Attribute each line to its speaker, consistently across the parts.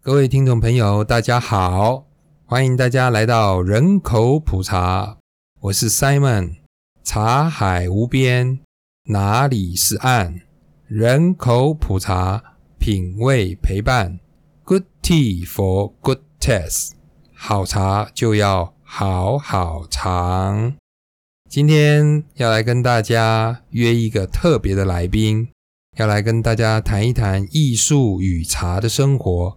Speaker 1: 各位听众朋友大家好，欢迎大家来到人口普茶，我是 Simon。 茶海无边，哪里是岸？人口普茶，品味陪伴。 Good tea for good taste， 好茶就要好好尝。今天要来跟大家约一个特别的来宾，要来跟大家谈一谈艺术与茶的生活。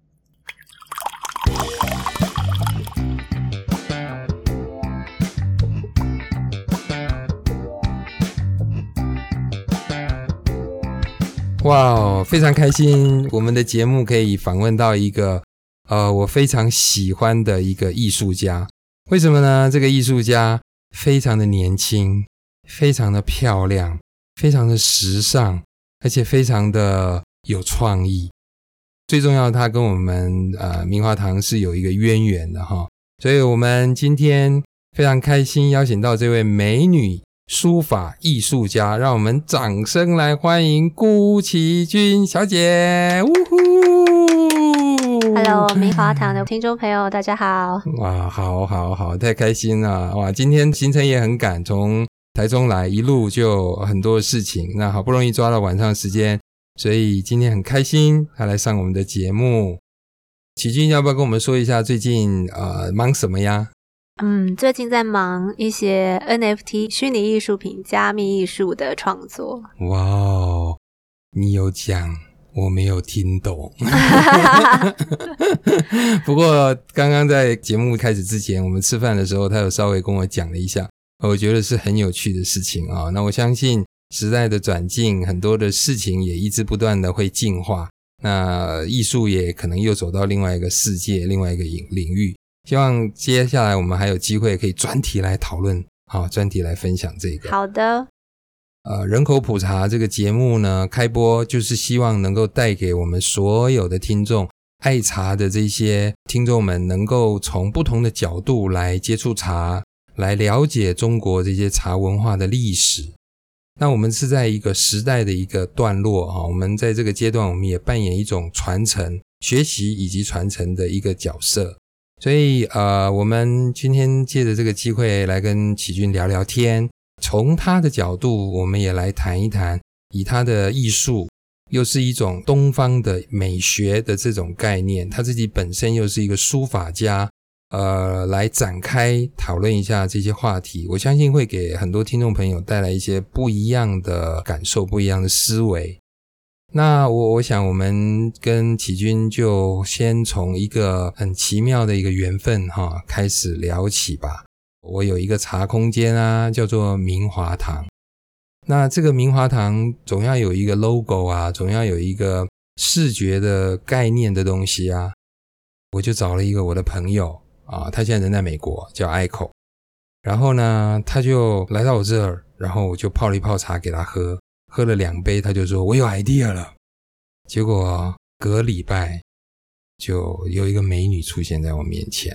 Speaker 1: 哇，非常开心，我们的节目可以访问到一个我非常喜欢的一个艺术家。为什么呢？这个艺术家非常的年轻，非常的漂亮，非常的时尚，而且非常的有创意。最重要的，他跟我们明华堂是有一个渊源的哈。所以我们今天非常开心邀请到这位美女书法艺术家，让我们掌声来欢迎辜其君小姐。呜呼
Speaker 2: Hello， 明华堂的听众朋友大家好。
Speaker 1: 哇，好，太开心了。哇，今天行程也很赶，从台中来一路就很多事情，那好不容易抓到晚上时间，所以今天很开心他来上我们的节目。其君要不要跟我们说一下最近忙什么呀？
Speaker 2: 最近在忙一些 NFT 虚拟艺术品加密艺术的创作。
Speaker 1: 哇哦，你有讲我没有听懂不过刚刚在节目开始之前，我们吃饭的时候他有稍微跟我讲了一下，我觉得是很有趣的事情啊。那我相信时代的转进，很多的事情也一直不断的会进化，那艺术也可能又走到另外一个世界，另外一个领域。希望接下来我们还有机会可以专题来讨论，专题来分享这个。
Speaker 2: 好的。
Speaker 1: 人口普茶这个节目呢，开播就是希望能够带给我们所有的听众，爱茶的这些听众们，能够从不同的角度来接触茶，来了解中国这些茶文化的历史。那我们是在一个时代的一个段落，我们在这个阶段我们也扮演一种传承、学习以及传承的一个角色。所以我们今天借着这个机会来跟启君聊聊天，从他的角度我们也来谈一谈，以他的艺术又是一种东方的美学的这种概念，他自己本身又是一个书法家，来展开讨论一下这些话题。我相信会给很多听众朋友带来一些不一样的感受，不一样的思维。那我想我们跟启君就先从一个很奇妙的一个缘分开始聊起吧。我有一个茶空间啊，叫做明华堂。那这个明华堂总要有一个 logo 啊，总要有一个视觉的概念的东西啊。我就找了一个我的朋友他现在人在美国，叫 Aiko。然后呢他就来到我这儿，然后我就泡了一泡茶给他喝，喝了2杯，他就说我有 idea 了。结果隔礼拜就有一个美女出现在我面前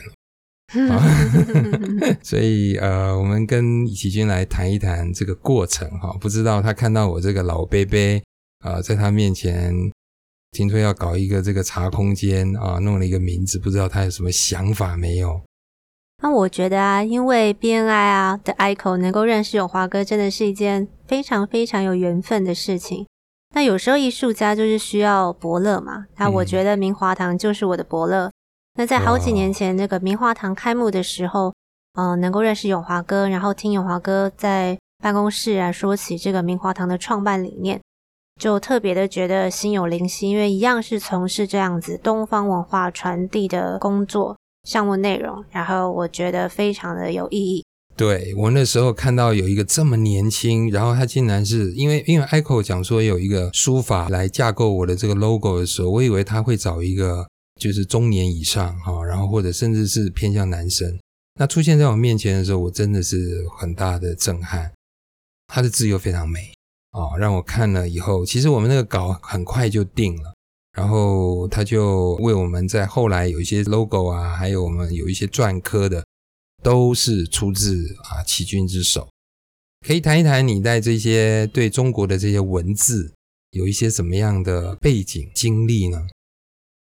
Speaker 1: 了所以我们跟启君来谈一谈这个过程不知道他看到我这个老杯杯在他面前听说要搞一个这个茶空间弄了一个名字，不知道他有什么想法没有。
Speaker 2: 那我觉得因为 BNI 的 Aiko 能够认识咏华哥，真的是一件非常非常有缘分的事情。那有时候艺术家就是需要伯乐嘛，那我觉得明华堂就是我的伯乐。那在好几年前那个明华堂开幕的时候能够认识咏华哥，然后听咏华哥在办公室说起这个明华堂的创办理念，就特别的觉得心有灵犀，因为一样是从事这样子东方文化传递的工作项目内容，然后我觉得非常的有意义。
Speaker 1: 对，我那时候看到有一个这么年轻，然后他竟然是因为 Aiko 讲说有一个书法来架构我的这个 logo 的时候，我以为他会找一个就是中年以上然后或者甚至是偏向男生。那出现在我面前的时候，我真的是很大的震撼。他的字又非常美让我看了以后，其实我们那个稿很快就定了，然后他就为我们在后来有一些 logo 还有我们有一些篆刻的都是出自启君之手。可以谈一谈你在这些对中国的这些文字有一些什么样的背景经历呢？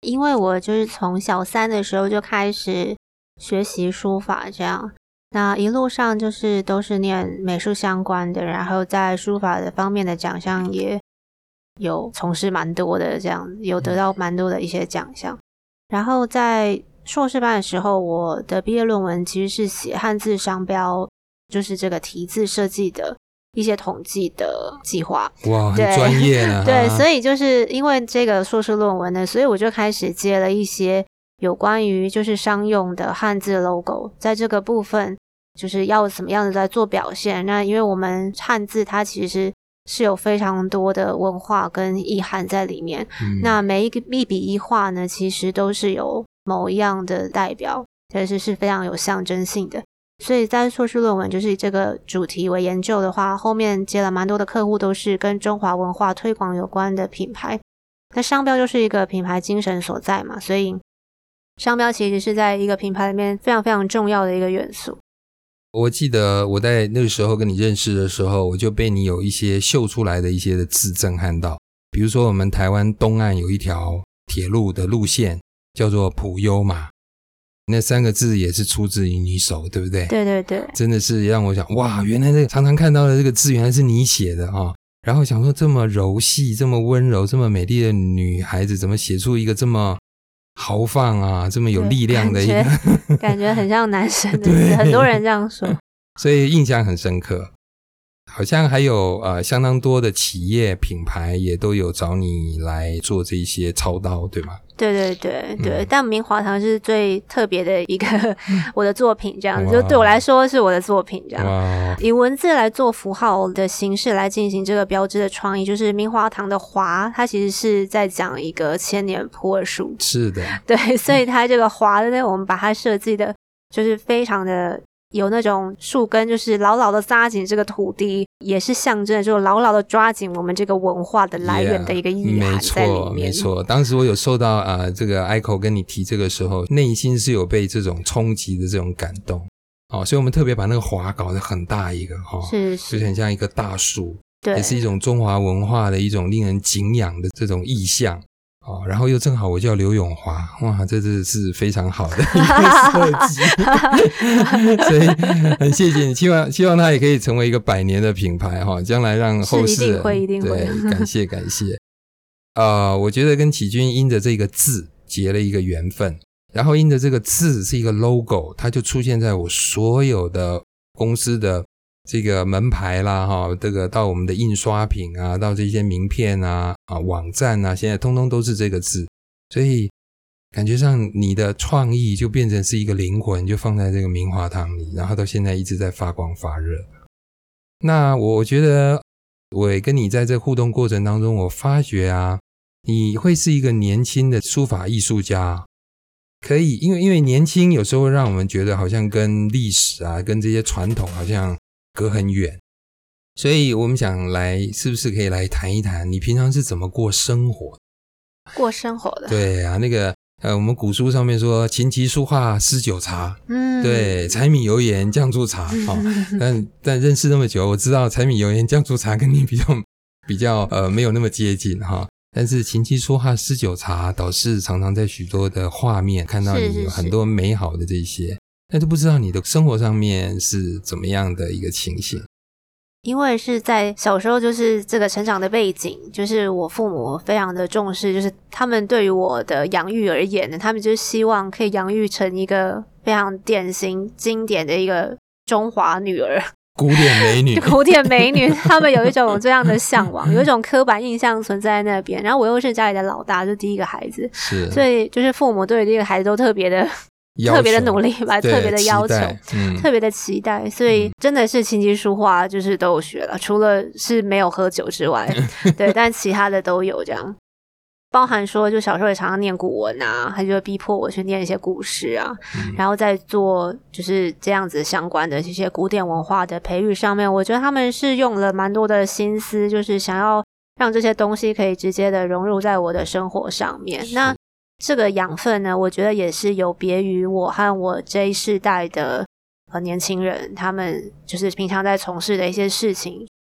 Speaker 2: 因为我就是从小3的时候就开始学习书法这样，那一路上就是都是念美术相关的，然后在书法的方面的奖项也有从事蛮多的，这样有得到蛮多的一些奖项。然后在硕士班的时候，我的毕业论文其实是写汉字商标，就是这个题字设计的一些统计的计划。
Speaker 1: 哇，很专业呢。
Speaker 2: 对，所以就是因为这个硕士论文呢，所以我就开始接了一些有关于就是商用的汉字 logo， 在这个部分就是要怎么样的在做表现。那因为我们汉字它其实是有非常多的文化跟意涵在里面，那每一笔一画呢，其实都是有某一样的代表，但是非常有象征性的。所以在硕士论文就是以这个主题为研究的话，后面接了蛮多的客户都是跟中华文化推广有关的品牌。那商标就是一个品牌精神所在嘛，所以商标其实是在一个品牌里面非常非常重要的一个元素。
Speaker 1: 我记得我在那个时候跟你认识的时候，我就被你有一些秀出来的一些的字震撼到。比如说我们台湾东岸有一条铁路的路线叫做普悠玛，那3个字也是出自于你手，对不对？
Speaker 2: 对对对，
Speaker 1: 真的是让我想，哇，原来这个常常看到的这个字原来是你写的啊。然后想说这么柔细这么温柔这么美丽的女孩子，怎么写出一个这么豪放啊这么有力量的一个
Speaker 2: 感觉很像男生的字，很多人这样说，
Speaker 1: 所以印象很深刻。好像还有相当多的企业品牌也都有找你来做这些操刀，对吗？
Speaker 2: 对对对对，但明华堂是最特别的一个我的作品，这样就对我来说是我的作品这样。以文字来做符号的形式来进行这个标志的创意，就是明华堂的华，它其实是在讲一个千年普洱树，
Speaker 1: 是的，
Speaker 2: 对，所以它这个华的呢，我们把它设计的就是非常的有那种树根就是牢牢的扎紧这个土地，也是象征就牢牢的抓紧我们这个文化的来源的一个意涵在里面。
Speaker 1: 没错，当时我有受到这个 Aiko 跟你提这个时候，内心是有被这种冲击的这种感动所以我们特别把那个华搞得很大一个
Speaker 2: 是
Speaker 1: 就是很像一个大树，
Speaker 2: 对，
Speaker 1: 也是一种中华文化的一种令人敬仰的这种意象。然后又正好我叫刘永华，哇，这真的是非常好的一个设计所以很谢谢你，希望它也可以成为一个100年的品牌将来让后世人
Speaker 2: 一定会
Speaker 1: 对，感谢我觉得跟启君因着这个字结了一个缘分，然后因着这个字是一个 logo， 它就出现在我所有的公司的这个门牌啦这个到我们的印刷品啊，到这些名片啊网站啊，现在通通都是这个字，所以感觉上你的创意就变成是一个灵魂，就放在这个明华堂里，然后到现在一直在发光发热。那我觉得我也跟你在这互动过程当中，我发觉你会是一个年轻的书法艺术家，可以因为年轻有时候让我们觉得好像跟历史跟这些传统好像隔很远，所以我们想来是不是可以来谈一谈你平常是怎么过生活
Speaker 2: 的。对
Speaker 1: 那个我们古书上面说琴棋书画诗酒茶，对，柴米油盐酱醋茶但认识那么久，我知道柴米油盐酱醋茶跟你比较没有那么接近但是琴棋书画诗酒茶倒是常常在许多的画面看到你有很多美好的这些，但都不知道你的生活上面是怎么样的一个情形。
Speaker 2: 因为是在小时候就是这个成长的背景，就是我父母非常的重视，就是他们对于我的养育而言呢，他们就是希望可以养育成一个非常典型经典的一个中华女儿，
Speaker 1: 古典美女他们有一种这样的向往，有一种刻板印象存在那边，然后我又是家里的老大，就第一个孩子，所以就是父母对这个孩子都特别的努力吧，特别的要求，特别的期待，所以真的是琴棋书画就是都有学了，除了是没有喝酒之外对，但其他的都有这样，包含说就小时候也常常念古文他就会逼迫我去念一些古诗然后再做就是这样子相关的这些古典文化的培育上面，我觉得他们是用了蛮多的心思，就是想要让这些东西可以直接的融入在我的生活上面。那这个养分呢，我觉得也是有别于我和我这一世代的年轻人，他们就是平常在从事的一些事情，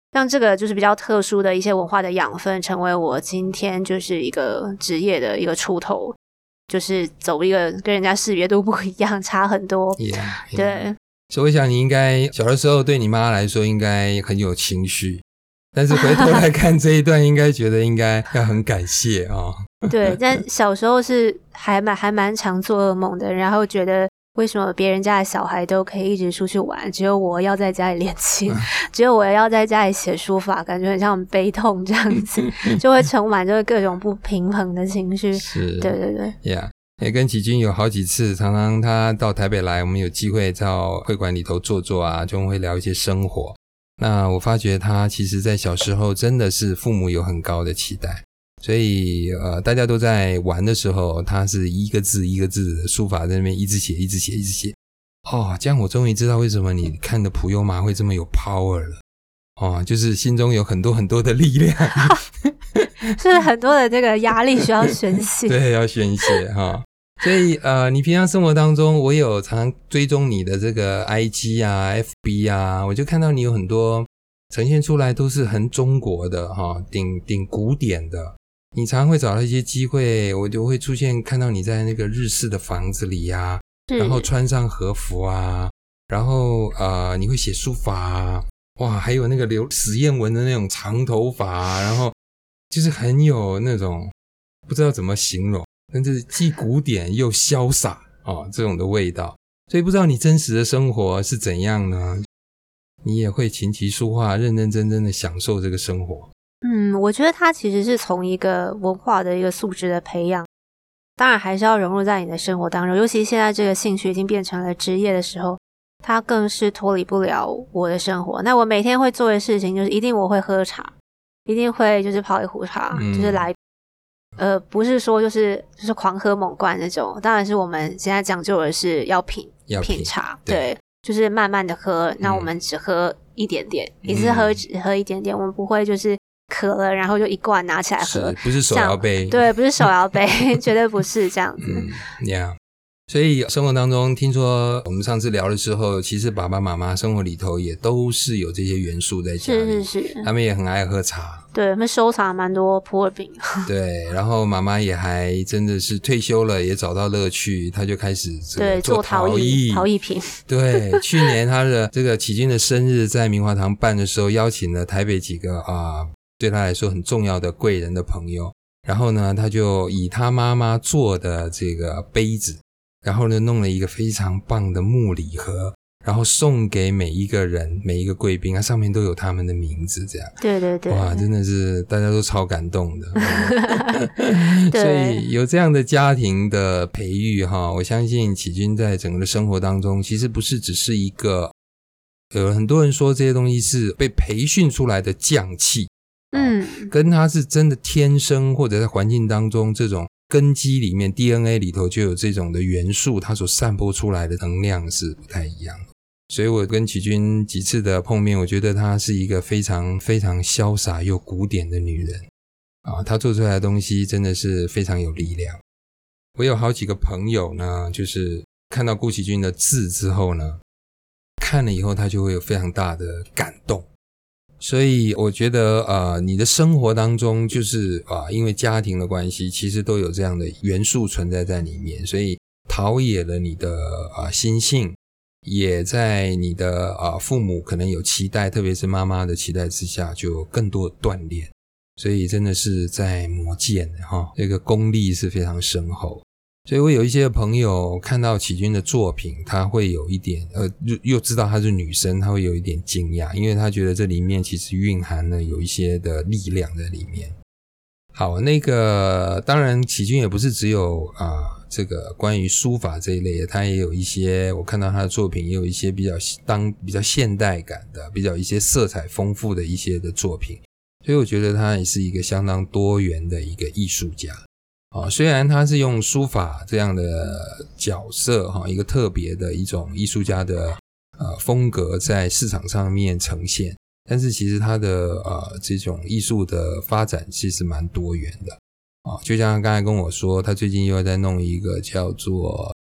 Speaker 2: 让这个就是比较特殊的一些文化的养分成为我今天就是一个职业的一个出头，就是走一个跟人家识别度不一样，差很多。对，
Speaker 1: 所以我想你应该小的时候对你妈来说应该很有情绪，但是回头来看这一段应该觉得应该要很感谢哦。
Speaker 2: 对，但小时候是还蛮常做噩梦的，然后觉得为什么别人家的小孩都可以一直出去玩，只有我要在家里练琴，只有我要在家里写书法，感觉很像悲痛这样子，就会充满就是各种不平衡的情绪。
Speaker 1: 是，
Speaker 2: 对对对
Speaker 1: ，Yeah。也跟启君有好几次，常常他到台北来，我们有机会到会馆里头坐坐啊，就会聊一些生活。那我发觉他其实在小时候真的是父母有很高的期待，所以大家都在玩的时候，他是一个字一个字的书法在那边一直写一直写一直写。哦，这样我终于知道为什么你看的普悠玛会这么有 power 了。哦，就是心中有很多很多的力量。
Speaker 2: 是很多的这个压力需要宣泄。
Speaker 1: 对，要宣泄哈。所以你平常生活当中，我有常常追踪你的这个 IG 啊 FB 啊，我就看到你有很多呈现出来都是很中国的哈，顶古典的。你常常会找到一些机会，我就会出现看到你在那个日式的房子里啊，然后穿上和服啊，然后你会写书法啊，哇，还有那个留史艳文的那种长头发啊，然后就是很有那种不知道怎么形容，但是既古典又潇洒这种的味道。所以不知道你真实的生活是怎样呢？你也会琴棋书画认认真真的享受这个生活？
Speaker 2: 我觉得它其实是从一个文化的一个素质的培养，当然还是要融入在你的生活当中，尤其现在这个兴趣已经变成了职业的时候，它更是脱离不了我的生活。那我每天会做的事情就是一定我会喝茶，一定会就是泡一壶茶，就是来不是说就是狂喝猛灌那种，当然是我们现在讲究的是要品茶，对，就是慢慢的喝，那我们只喝一点点，一次喝只喝一点点，我们不会就是渴了然后就一罐拿起来喝，
Speaker 1: 不是手摇杯，
Speaker 2: 对，不是手摇杯绝对不是这样子。
Speaker 1: Yeah。所以生活当中听说我们上次聊的时候，其实爸爸妈妈生活里头也都是有这些元素在家里，是他们也很爱喝茶，
Speaker 2: 对，他们收藏蛮多普洱饼
Speaker 1: 对，然后妈妈也还真的是退休了也找到乐趣，她就开始做陶艺
Speaker 2: 品。
Speaker 1: 对，去年她的这个启君的生日在明华堂办的时候，邀请了台北几个对她来说很重要的贵人的朋友，然后呢她就以她妈妈做的这个杯子，然后呢弄了一个非常棒的木礼盒，然后送给每一个人每一个贵宾，它上面都有他们的名字这样。
Speaker 2: 对对对，
Speaker 1: 哇，真的是大家都超感动的。所以有这样的家庭的培育我相信启君在整个的生活当中其实不是只是一个有很多人说这些东西是被培训出来的匠气，跟他是真的天生或者在环境当中这种根基里面 DNA 里头就有这种的元素，它所散播出来的能量是不太一样的。所以我跟启君几次的碰面，我觉得她是一个非常非常潇洒又古典的女人她做出来的东西真的是非常有力量。我有好几个朋友呢，就是看到顾启君的字之后呢，看了以后他就会有非常大的感动。所以我觉得你的生活当中就是因为家庭的关系其实都有这样的元素存在在里面，所以陶冶了你的心性，也在你的父母可能有期待，特别是妈妈的期待之下就更多的锻炼，所以真的是在磨剑这个功力是非常深厚。所以我有一些朋友看到启君的作品，他会有一点又知道她是女生，他会有一点惊讶，因为他觉得这里面其实蕴含了有一些的力量在里面。好，那个当然启君也不是只有这个关于书法这一类的，他也有一些，我看到他的作品也有一些比较现代感的，比较一些色彩丰富的一些的作品，所以我觉得他也是一个相当多元的一个艺术家。虽然他是用书法这样的角色一个特别的一种艺术家的风格在市场上面呈现，但是其实他的这种艺术的发展其实蛮多元的就像他刚才跟我说，他最近又在弄一个叫做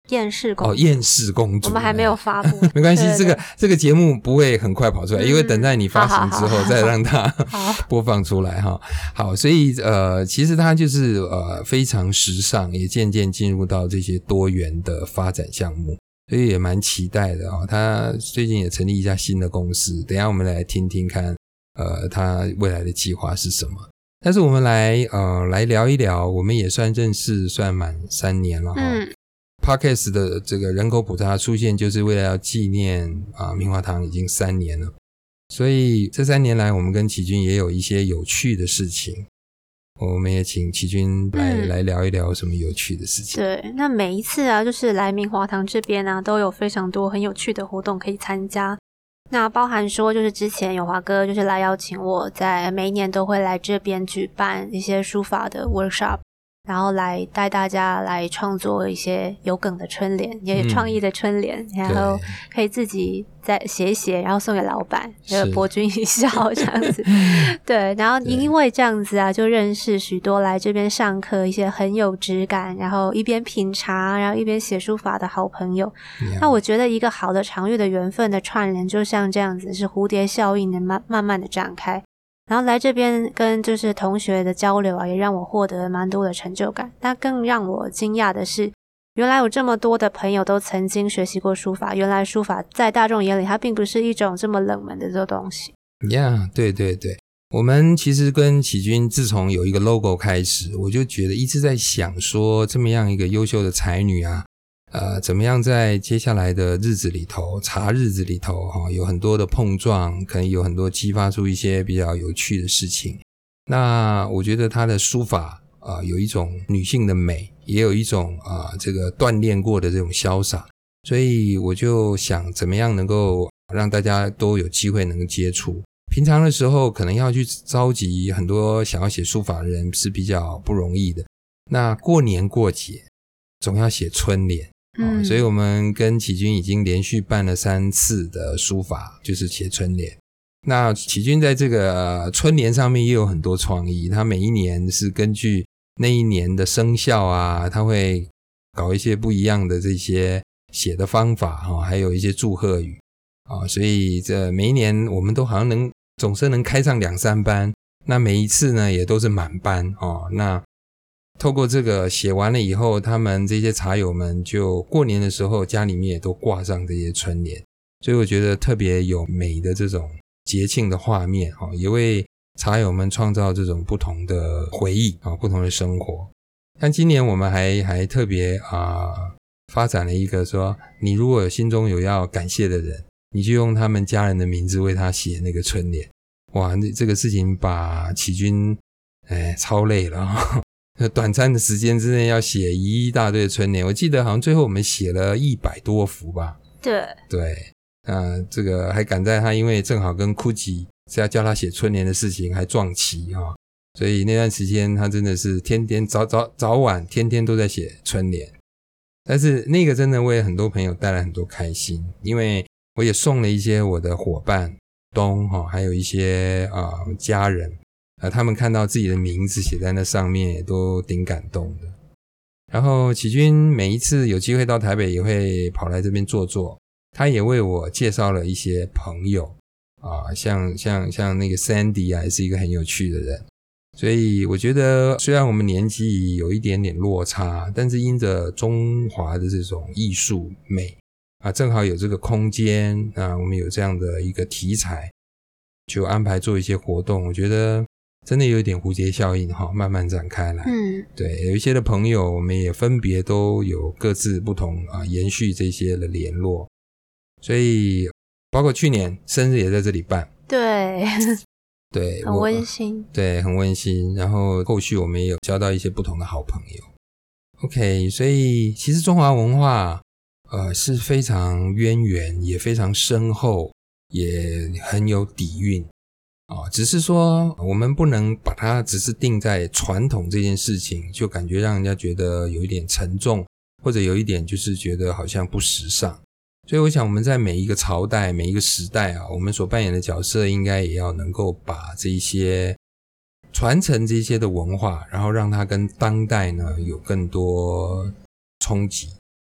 Speaker 2: 厌世公主。
Speaker 1: 厌世公主，
Speaker 2: 我们还没有发布。
Speaker 1: 没关系，
Speaker 2: 对对对
Speaker 1: 这个节目不会很快跑出来，因为等待你发行之后再让它播放出来哈。好，所以其实它就是非常时尚，也渐渐进入到这些多元的发展项目，所以也蛮期待的哦。他最近也成立一家新的公司，等一下我们来听听看他未来的计划是什么。但是我们来聊一聊，我们也算认识算满3年了Podcast 的这个人口普查出现，就是为了要纪念棉花糖已经3年了，所以这3年来，我们跟启君也有一些有趣的事情。我们也请启君来聊一聊什么有趣的事情。
Speaker 2: 对，那每一次啊，就是来棉花糖这边啊，都有非常多很有趣的活动可以参加。那包含说，就是之前有华哥就是来邀请我，在每一年都会来这边举办一些书法的 workshop。然后来带大家来创作一些有梗的春联，也有创意的春联，然后可以自己再写一写，然后送给老板，博君一笑这样子。对，然后因为这样子啊，就认识许多来这边上课一些很有质感，然后一边品茶，然后一边写书法的好朋友。那我觉得一个好的长月的缘分的串联，就像这样子，是蝴蝶效应的慢慢的展开。然后来这边跟就是同学的交流啊，也让我获得蛮多的成就感。那更让我惊讶的是，原来有这么多的朋友都曾经学习过书法，原来书法在大众眼里它并不是一种这么冷门的这个东西。
Speaker 1: 对对对，我们其实跟启君自从有一个 logo 开始，我就觉得一直在想说，这么样一个优秀的才女啊，怎么样在接下来的日子里头，茶日子里头有很多的碰撞，可能有很多激发出一些比较有趣的事情。那我觉得她的书法有一种女性的美，也有一种这个锻炼过的这种潇洒，所以我就想怎么样能够让大家都有机会能够接触。平常的时候可能要去召集很多想要写书法的人是比较不容易的，那过年过节总要写春联。所以我们跟启君已经连续办了3次的书法，就是写春联。那启君在这个春联上面也有很多创意，他每一年是根据那一年的生肖啊，他会搞一些不一样的这些写的方法还有一些祝贺语所以这每一年我们都好像总是能开上2-3班，那每一次呢也都是满班那透过这个写完了以后，他们这些茶友们就过年的时候家里面也都挂上这些春联，所以我觉得特别有美的这种节庆的画面也为茶友们创造这种不同的回忆不同的生活。像今年我们还特别发展了一个说，你如果心中有要感谢的人，你就用他们家人的名字为他写那个春联。哇，这个事情把启君超累了短暂的时间之内要写一大堆春联，我记得好像最后我们写了100多幅吧。对，这个还赶在他因为正好跟 Gucci 是要叫他写春联的事情还撞期所以那段时间他真的是天天早晚天天都在写春联。但是那个真的为很多朋友带来很多开心，因为我也送了一些我的伙伴还有一些家人他们看到自己的名字写在那上面也都挺感动的。然后启君每一次有机会到台北也会跑来这边坐，他也为我介绍了一些朋友像那个 Sandy 也是一个很有趣的人。所以我觉得虽然我们年纪有一点点落差，但是因着中华的这种艺术美正好有这个空间我们有这样的一个题材，就安排做一些活动，我觉得真的有一点蝴蝶效应慢慢展开来。对，有一些的朋友我们也分别都有各自不同延续这些的联络，所以包括去年生日也在这里办。对，
Speaker 2: 很温馨。
Speaker 1: 对，很温馨。然后后续我们也有交到一些不同的好朋友。OK， 所以其实中华文化是非常渊源，也非常深厚，也很有底蕴只是说我们不能把它只是定在传统这件事情，就感觉让人家觉得有一点沉重，或者有一点就是觉得好像不时尚。所以我想我们在每一个朝代每一个时代我们所扮演的角色应该也要能够把这些传承这些的文化，然后让它跟当代呢有更多冲击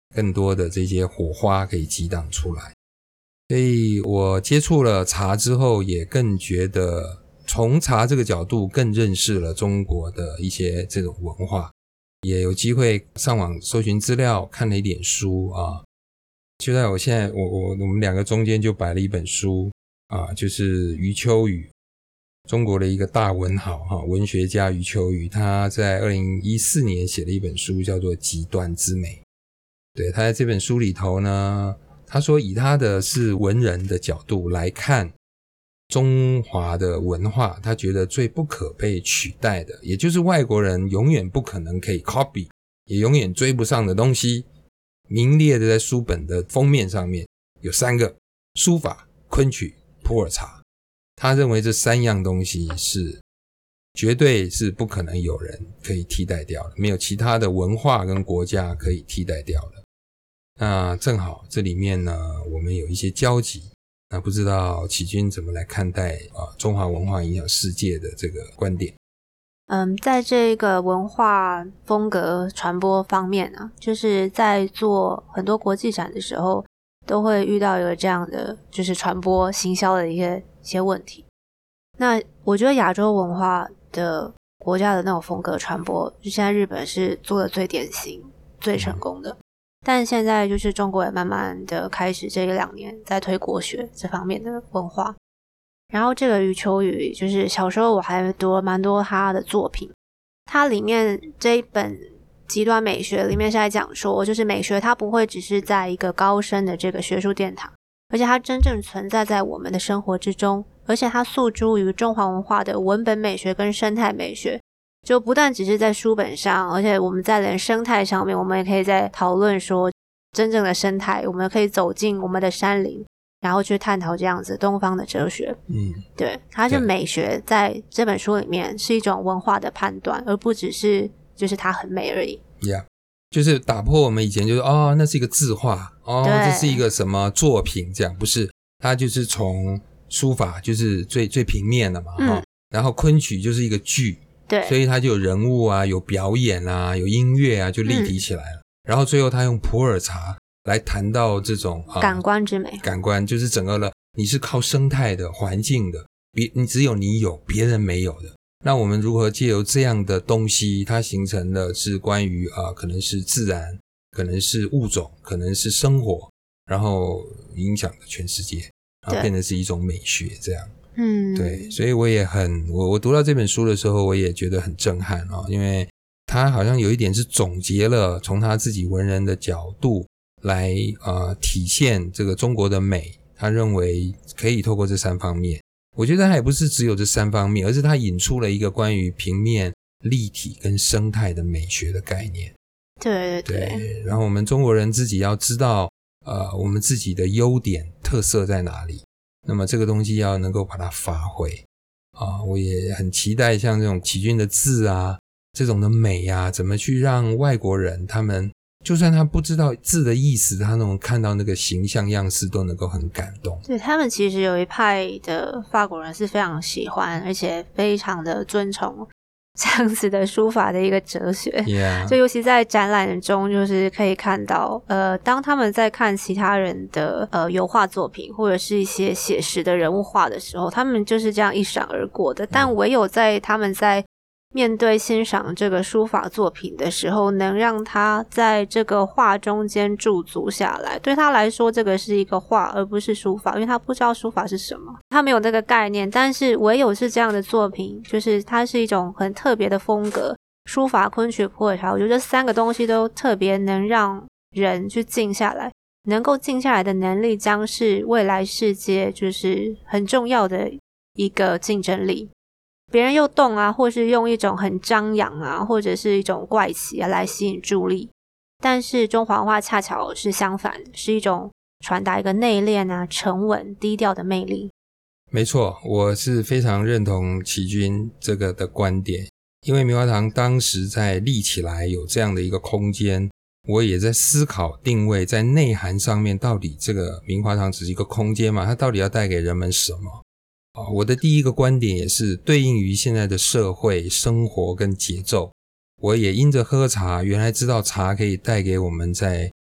Speaker 1: 更多的这些火花可以激荡出来。所以我接触了茶之后，也更觉得从茶这个角度更认识了中国的一些这种文化，也有机会上网搜寻资料，看了一点书啊。就在我现在我们两个中间就摆了一本书啊，就是余秋雨，中国的一个大文豪文学家余秋雨，他在2014年写了一本书叫做《极端之美》。对，他在这本书里头呢，他说以他的是文人的角度来看中华的文化，他觉得最不可被取代的，也就是外国人永远不可能可以 copy， 也永远追不上的东西，名列的在书本的封面上面有3个：书法、昆曲、普洱茶。他认为这3样东西是绝对是不可能有人可以替代掉的，没有其他的文化跟国家可以替代掉的。那正好这里面呢，我们有一些交集。那不知道启君怎么来看待中华文化影响世界的这个观点？
Speaker 2: 在这个文化风格传播方面啊，就是在做很多国际展的时候，都会遇到一个这样的就是传播行销的一些问题。那我觉得亚洲文化的国家的那种风格传播，就现在日本是做的最典型、最成功的。但现在就是中国也慢慢的开始这1-2年在推国学这方面的文化。然后这个余秋雨，就是小时候我还读了蛮多他的作品，他里面这一本极端美学里面是在讲说，就是美学它不会只是在一个高深的这个学术殿堂，而且它真正存在在我们的生活之中，而且它诉诸于中华文化的文本美学跟生态美学，就不但只是在书本上，而且我们在连生态上面，我们也可以在讨论说真正的生态，我们可以走进我们的山林，然后去探讨这样子东方的哲学。对，它是美学在这本书里面是一种文化的判断，而不只是就是它很美而已。
Speaker 1: 就是打破我们以前就是那是一个字画这是一个什么作品，这样不是，它就是从书法就是最平面的嘛然后昆曲就是一个剧，
Speaker 2: 对，
Speaker 1: 所以它就有人物啊，有表演啊，有音乐啊，就立体起来了。然后最后他用普洱茶来谈到这种
Speaker 2: 感官之美，
Speaker 1: 感官就是整个了，你是靠生态的环境的，你只有你有，别人没有的。那我们如何借由这样的东西，它形成的是关于可能是自然，可能是物种，可能是生活，然后影响了全世界，然后变成是一种美学这样。对，所以我读到这本书的时候，我也觉得很震撼因为他好像有一点是总结了从他自己文人的角度来体现这个中国的美，他认为可以透过这3方面。我觉得他也不是只有这3方面，而是他引出了一个关于平面、立体跟生态的美学的概念。对，然后我们中国人自己要知道我们自己的优点特色在哪里，那么这个东西要能够把它发挥我也很期待像这种启君的字啊，这种的美啊，怎么去让外国人他们就算他不知道字的意思，他那种看到那个形象样式都能够很感动。
Speaker 2: 对，他们其实有一派的法国人是非常喜欢而且非常的尊崇这样子的书法的一个哲学。就尤其在展览中就是可以看到当他们在看其他人的油画作品或者是一些写实的人物画的时候，他们就是这样一闪而过的，但唯有在他们在面对欣赏这个书法作品的时候，能让他在这个画中间驻足下来。对他来说这个是一个画而不是书法，因为他不知道书法是什么，他没有这个概念，但是唯有是这样的作品，就是它是一种很特别的风格，书法、昆曲、普洱茶，我觉得这3个东西都特别能让人去静下来，能够静下来的能力将是未来世界就是很重要的一个竞争力。别人又动啊，或是用一种很张扬啊，或者是一种怪奇来吸引注意，但是中华文化恰巧是相反的，是一种传达一个内敛啊、沉稳、低调的魅力。
Speaker 1: 没错，我是非常认同启君这个的观点，因为棉花糖当时在立起来有这样的一个空间，我也在思考定位在内涵上面，到底这个棉花糖只是一个空间嘛，它到底要带给人们什么？我的第一个观点也是对应于现在的社会生活跟节奏，我也因着喝茶原来知道茶可以带给我们在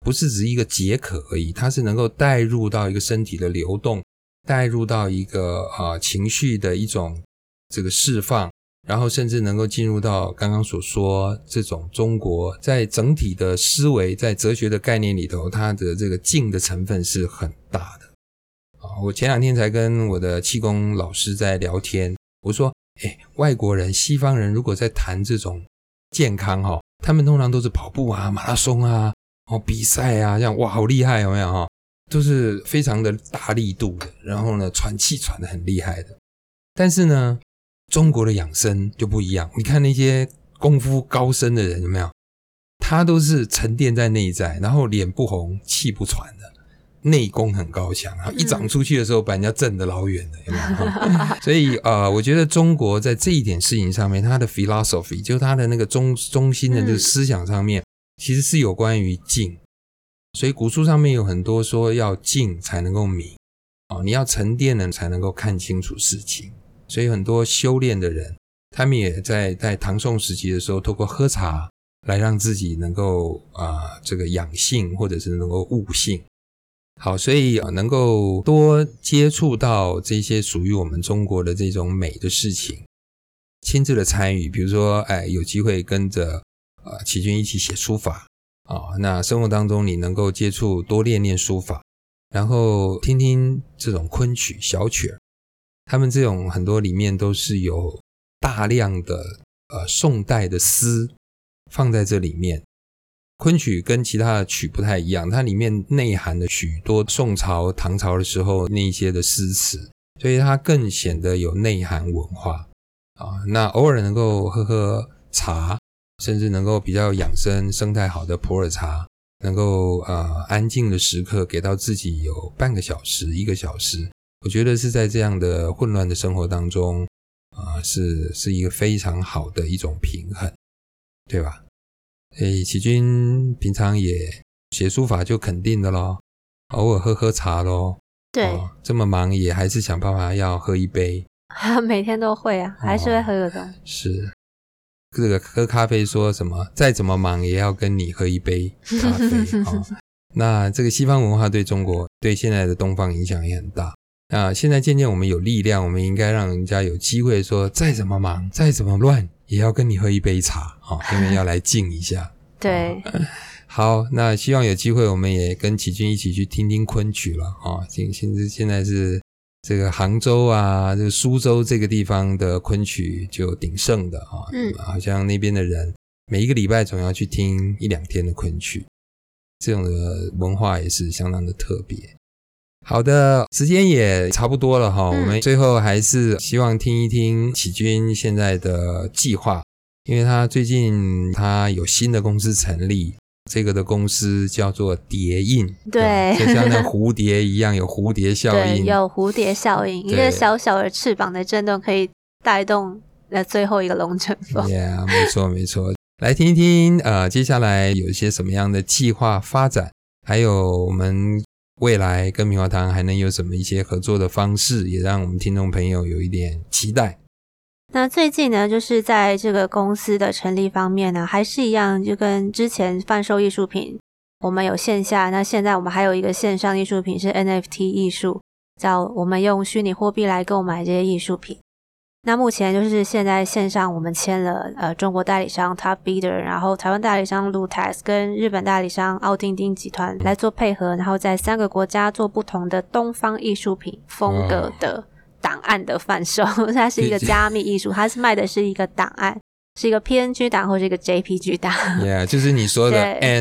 Speaker 1: 不是只是一个解渴而已，它是能够带入到一个身体的流动，带入到一个情绪的一种这个释放，然后甚至能够进入到刚刚所说这种中国在整体的思维，在哲学的概念里头，它的这个静的成分是很大的。我前2天才跟我的气功老师在聊天，我说外国人西方人如果在谈这种健康他们通常都是跑步啊、马拉松啊、比赛啊，这样哇好厉害有没有都是非常的大力度的，然后呢喘气喘得很厉害的。但是呢中国的养生就不一样，你看那些功夫高深的人有没有，他都是沉淀在内在，然后脸不红气不喘的，内功很高强，一长出去的时候把人家震得老远的有没有所以我觉得中国在这一点事情上面，它的 philosophy 就是它的那个中心的这个思想上面其实是有关于静，所以古书上面有很多说要静才能够明你要沉淀了才能够看清楚事情。所以很多修炼的人，他们也在唐宋时期的时候透过喝茶来让自己能够这个养性或者是能够悟性。好，所以能够多接触到这些属于我们中国的这种美的事情，亲自的参与，比如说有机会跟着启军一起写书法那生活当中你能够接触多练练书法，然后听听这种昆曲小曲儿，他们这种很多里面都是有大量的宋代的诗放在这里面。昆曲跟其他的曲不太一样，它里面内含了许多宋朝唐朝的时候那一些的诗词，所以它更显得有内涵文化那偶尔能够喝喝茶，甚至能够比较养生生态好的普洱茶，能够安静的时刻给到自己有半个小时1个小时，我觉得是在这样的混乱的生活当中是一个非常好的一种平衡，对吧？所以启军平常也写书法就肯定的咯，偶尔喝喝茶咯。
Speaker 2: 对
Speaker 1: 这么忙也还是想办法要喝一杯
Speaker 2: 每天都会还是会喝的
Speaker 1: 是这个喝咖啡说什么再怎么忙也要跟你喝一杯咖啡那这个西方文化对中国对现在的东方影响也很大。那现在渐渐我们有力量，我们应该让人家有机会说再怎么忙再怎么乱也要跟你喝一杯茶因为要来静一下
Speaker 2: 对
Speaker 1: 好，那希望有机会我们也跟启军一起去听听昆曲了现在是这个杭州啊这个苏州这个地方的昆曲就鼎盛的好像那边的人每一个礼拜总要去听1-2天的昆曲，这种的文化也是相当的特别。好的，时间也差不多了我们最后还是希望听一听启军现在的计划，因为他最近他有新的公司成立，这个的公司叫做蝶印，
Speaker 2: 对，
Speaker 1: 就像那蝴蝶一样有蝴蝶效应，
Speaker 2: 对，有蝴蝶效应，一个小小的翅膀的震动可以带动最后一个龙卷风。
Speaker 1: Yeah， 没错没错。来听一听接下来有一些什么样的计划发展，还有我们未来跟棉花糖还能有什么一些合作的方式，也让我们听众朋友有一点期待。
Speaker 2: 那最近呢，就是在这个公司的成立方面呢，还是一样，就跟之前贩售艺术品，我们有线下，那现在我们还有一个线上艺术品是 NFT 艺术，叫我们用虚拟货币来购买这些艺术品。那目前就是现在线上我们签了中国代理商 Top Bidder， 然后台湾代理商 Lutex 跟日本代理商奥丁丁集团来做配合，然后在3个国家做不同的东方艺术品风格的档案的贩售。它是一个加密艺术，它是卖的是一个档案，是一个 PNG 档或是一个 JPG 档。
Speaker 1: Yeah， 就是你说的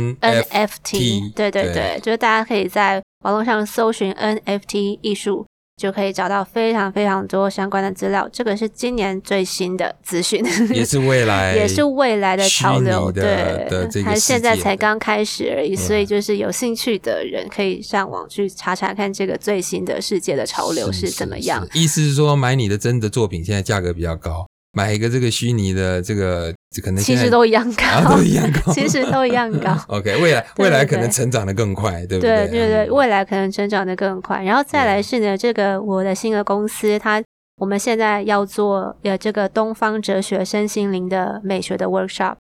Speaker 1: NFT。
Speaker 2: 对对对，就是大家可以在网络上搜寻 NFT 艺术，就可以找到非常非常多相关的资料。这个是今年最新的资讯，
Speaker 1: 也是未来
Speaker 2: 的潮流，
Speaker 1: 对的这个世界，
Speaker 2: 还现在才刚开始而已，所以就是有兴趣的人可以上网去查查看这个最新的世界的潮流是怎么样。
Speaker 1: 意思是说买你的真的作品现在价格比较高，买一个这个虚拟的这个可能现在
Speaker 2: 其实都一样高，
Speaker 1: 都一样高
Speaker 2: 其实都一样高
Speaker 1: OK， 未来可能成长得更快，对不对？
Speaker 2: 对对对，未来可能成长得更快。然后再来是呢，这个我的新的公司，我们现在要做这个东方哲学身心灵的美学的 workshop。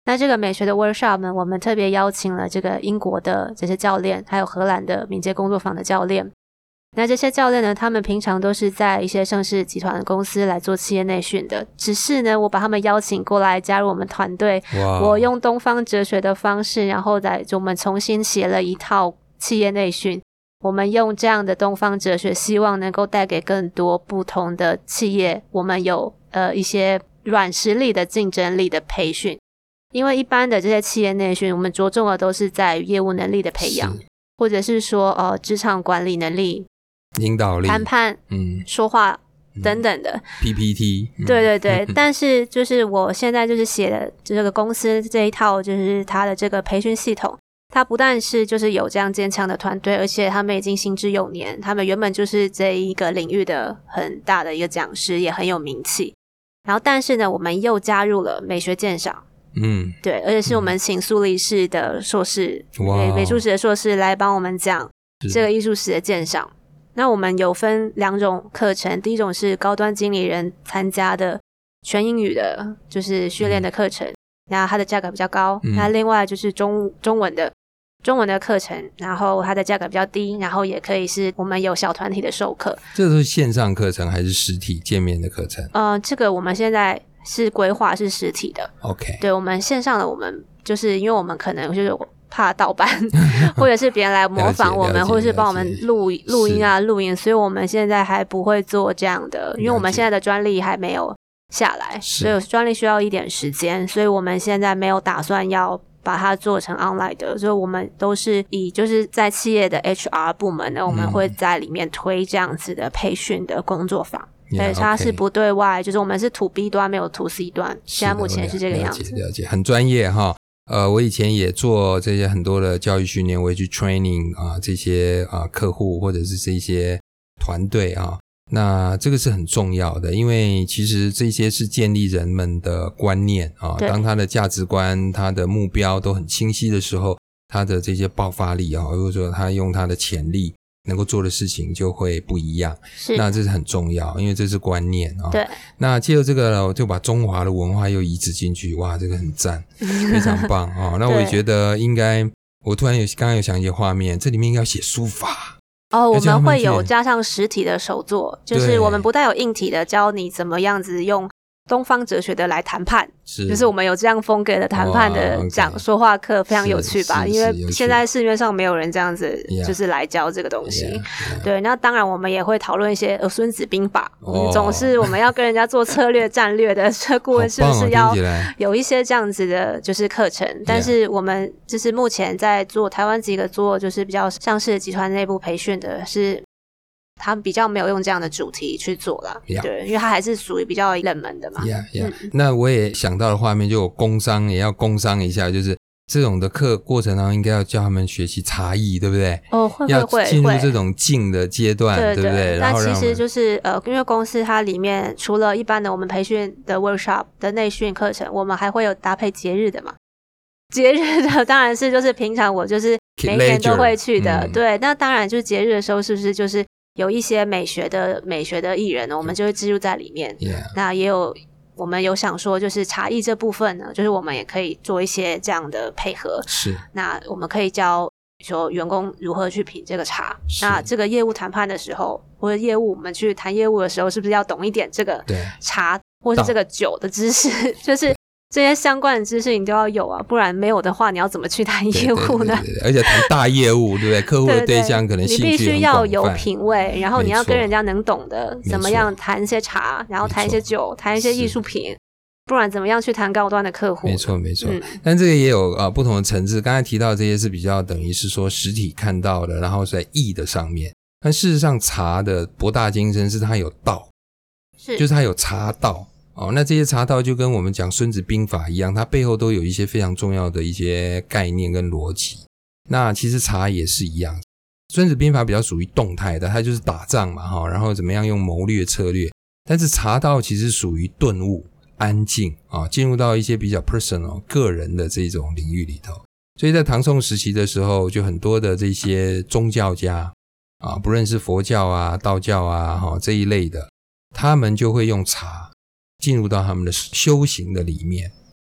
Speaker 2: 那这个美学的 workshop 呢，我们特别邀请了这个英国的这些教练，还有荷兰的敏捷工作坊的教练。那这些教练呢，他们平常都是在一些盛世集团的公司来做企业内训的，只是呢，我把他们邀请过来加入我们团队，我用东方哲学的方式，然后我们重新写了一套企业内训。我们用这样的东方哲学，希望能够带给更多不同的企业，我们有一些软实力的竞争力的培训。因为一般的这些企业内训，我们着重的都是在业务能力的培养，或者是说职场管理能力、
Speaker 1: 领导力、
Speaker 2: 谈判、说话等等的
Speaker 1: PPT。
Speaker 2: 对对对但是就是我现在就是写的这个公司这一套，就是它的这个培训系统，它不但是就是有这样坚强的团队，而且他们已经行之有年，他们原本就是这一个领域的很大的一个讲师，也很有名气。然后但是呢，我们又加入了美学鉴赏，对，而且是我们请苏黎世的硕士，美术史的硕士来帮我们讲这个艺术史的鉴赏。那我们有分2种课程，第一种是高端经理人参加的全英语的就是训练的课程，那它的价格比较高。那另外就是中文的课程，然后它的价格比较低，然后也可以是我们有小团体的授课。
Speaker 1: 这都是线上课程还是实体见面的课程？
Speaker 2: 这个我们现在是规划是实体的。
Speaker 1: OK，
Speaker 2: 对，我们线上的我们就是因为我们可能就是怕盗版或者是别人来模仿我们，或者是帮我们录音啊录音，所以我们现在还不会做这样的，因为我们现在的专利还没有下来，所以专利需要一点时间，所以我们现在没有打算要把它做成 online 的，所以我们都是以就是在企业的 HR 部门呢，我们会在里面推这样子的培训的工作坊。对，它是不对外，就是我们是 to B 端，没有 to C 端，现在目前是这个样子。
Speaker 1: 了解，很专业哈。我以前也做这些很多的教育训练，我也去 training 这些客户或者是这些团队那这个是很重要的，因为其实这些是建立人们的观念当他的价值观、他的目标都很清晰的时候，他的这些爆发力如果说他用他的潜力能够做的事情就会不一样，那这是很重要，因为这是观念
Speaker 2: 对。
Speaker 1: 那借由这个我就把中华的文化又移植进去，哇，这个很赞非常棒那我也觉得应该，我突然刚刚有想一些画面，这里面应该要写书法
Speaker 2: 我们会有加上实体的手作，就是我们不但有硬体的教你怎么样子用东方哲学的来谈判，就是我们有这样风格的谈判的说话课，非常有趣吧，因为现在市面上没有人这样子就是来教这个东西。对，那当然我们也会讨论一些孙子兵法，总是我们要跟人家做策略战略的顾问是不是要有一些这样子的就是课程但是我们就是目前在做台湾几个做就是比较上市的集团内部培训的是他们比较没有用这样的主题去做啦对，因为它还是属于比较冷门的嘛
Speaker 1: 那我也想到的画面，就有工商也要工商一下，就是这种的课过程应该要教他们学习茶艺，对不对？
Speaker 2: 会
Speaker 1: 要进入这种静的阶段， 对不对？
Speaker 2: 那其实就是因为公司它里面除了一般的我们培训的 workshop 的内训课程，我们还会有搭配节日的嘛。节日的当然是就是平常我就是每一年都会去的对，那当然就是节日的时候是不是就是有一些美学的艺人呢，我们就会植入在里面那也有我们有想说就是茶艺这部分呢，就是我们也可以做一些这样的配合，是那我们可以教说员工如何去品这个茶，那这个业务谈判的时候或者业务我们去谈业务的时候是不是要懂一点这个茶或是这个酒的知识，就是这些相关的知识你都要有啊，不然没有的话你要怎么去谈业务呢？
Speaker 1: 对，而且谈大业务对不对？客户的对象可能兴趣很广泛，你必须要
Speaker 2: 有品味，然后你要跟人家能懂的怎么样谈一些茶，然后谈一些酒，谈一些艺术品，不然怎么样去谈高端的客户？
Speaker 1: 没错但这个也有不同的层次，刚才提到这些是比较等于是说实体看到的，然后是在意的上面，但事实上茶的博大精深是它有道，就是它有茶道那这些茶道就跟我们讲孙子兵法一样，它背后都有一些非常重要的一些概念跟逻辑。那其实茶也是一样，孙子兵法比较属于动态的，它就是打仗嘛然后怎么样用谋略策略，但是茶道其实属于顿悟安静进入到一些比较 personal 个人的这种领域里头。所以在唐宋时期的时候，就很多的这些宗教家不论是佛教道教这一类的，他们就会用茶进入到他们的修行的里面，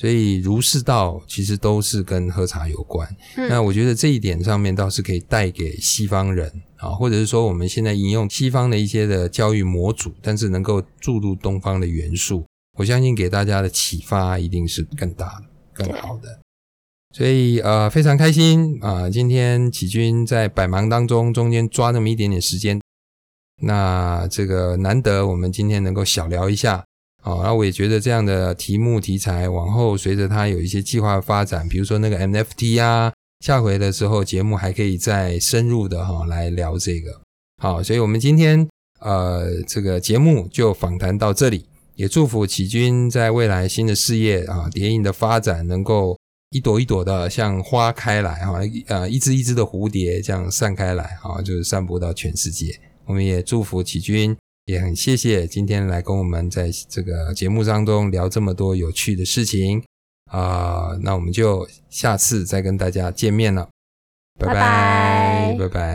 Speaker 1: 所以儒释道其实都是跟喝茶有关。那我觉得这一点上面倒是可以带给西方人啊，或者是说我们现在引用西方的一些的教育模组，但是能够注入东方的元素，我相信给大家的启发一定是更大的更好的。所以非常开心今天启君在百忙当中中间抓那么一点点时间，那这个难得我们今天能够小聊一下那我也觉得这样的题目题材往后随着它有一些计划的发展，比如说那个 NFT 啊，下回的时候节目还可以再深入的来聊这个。好，所以我们今天这个节目就访谈到这里，也祝福启君在未来新的事业蝶影的发展能够一朵一朵的像花开来一只一只的蝴蝶这样散开来就是散播到全世界。我们也祝福启君，也很谢谢今天来跟我们在这个节目当中聊这么多有趣的事情那我们就下次再跟大家见面了，拜拜拜拜。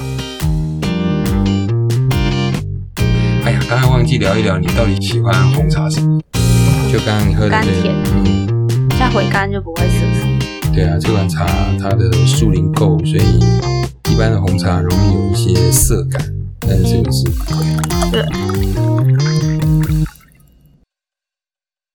Speaker 1: 哎呀，刚才忘记聊一聊你到底喜欢红茶什么？就刚刚你喝的
Speaker 2: 甘甜再回甘就不会涩涩。
Speaker 1: 对啊，这款茶它的树龄够，所以一般的红茶容易有一些涩感，但是这个是不会。
Speaker 2: 对。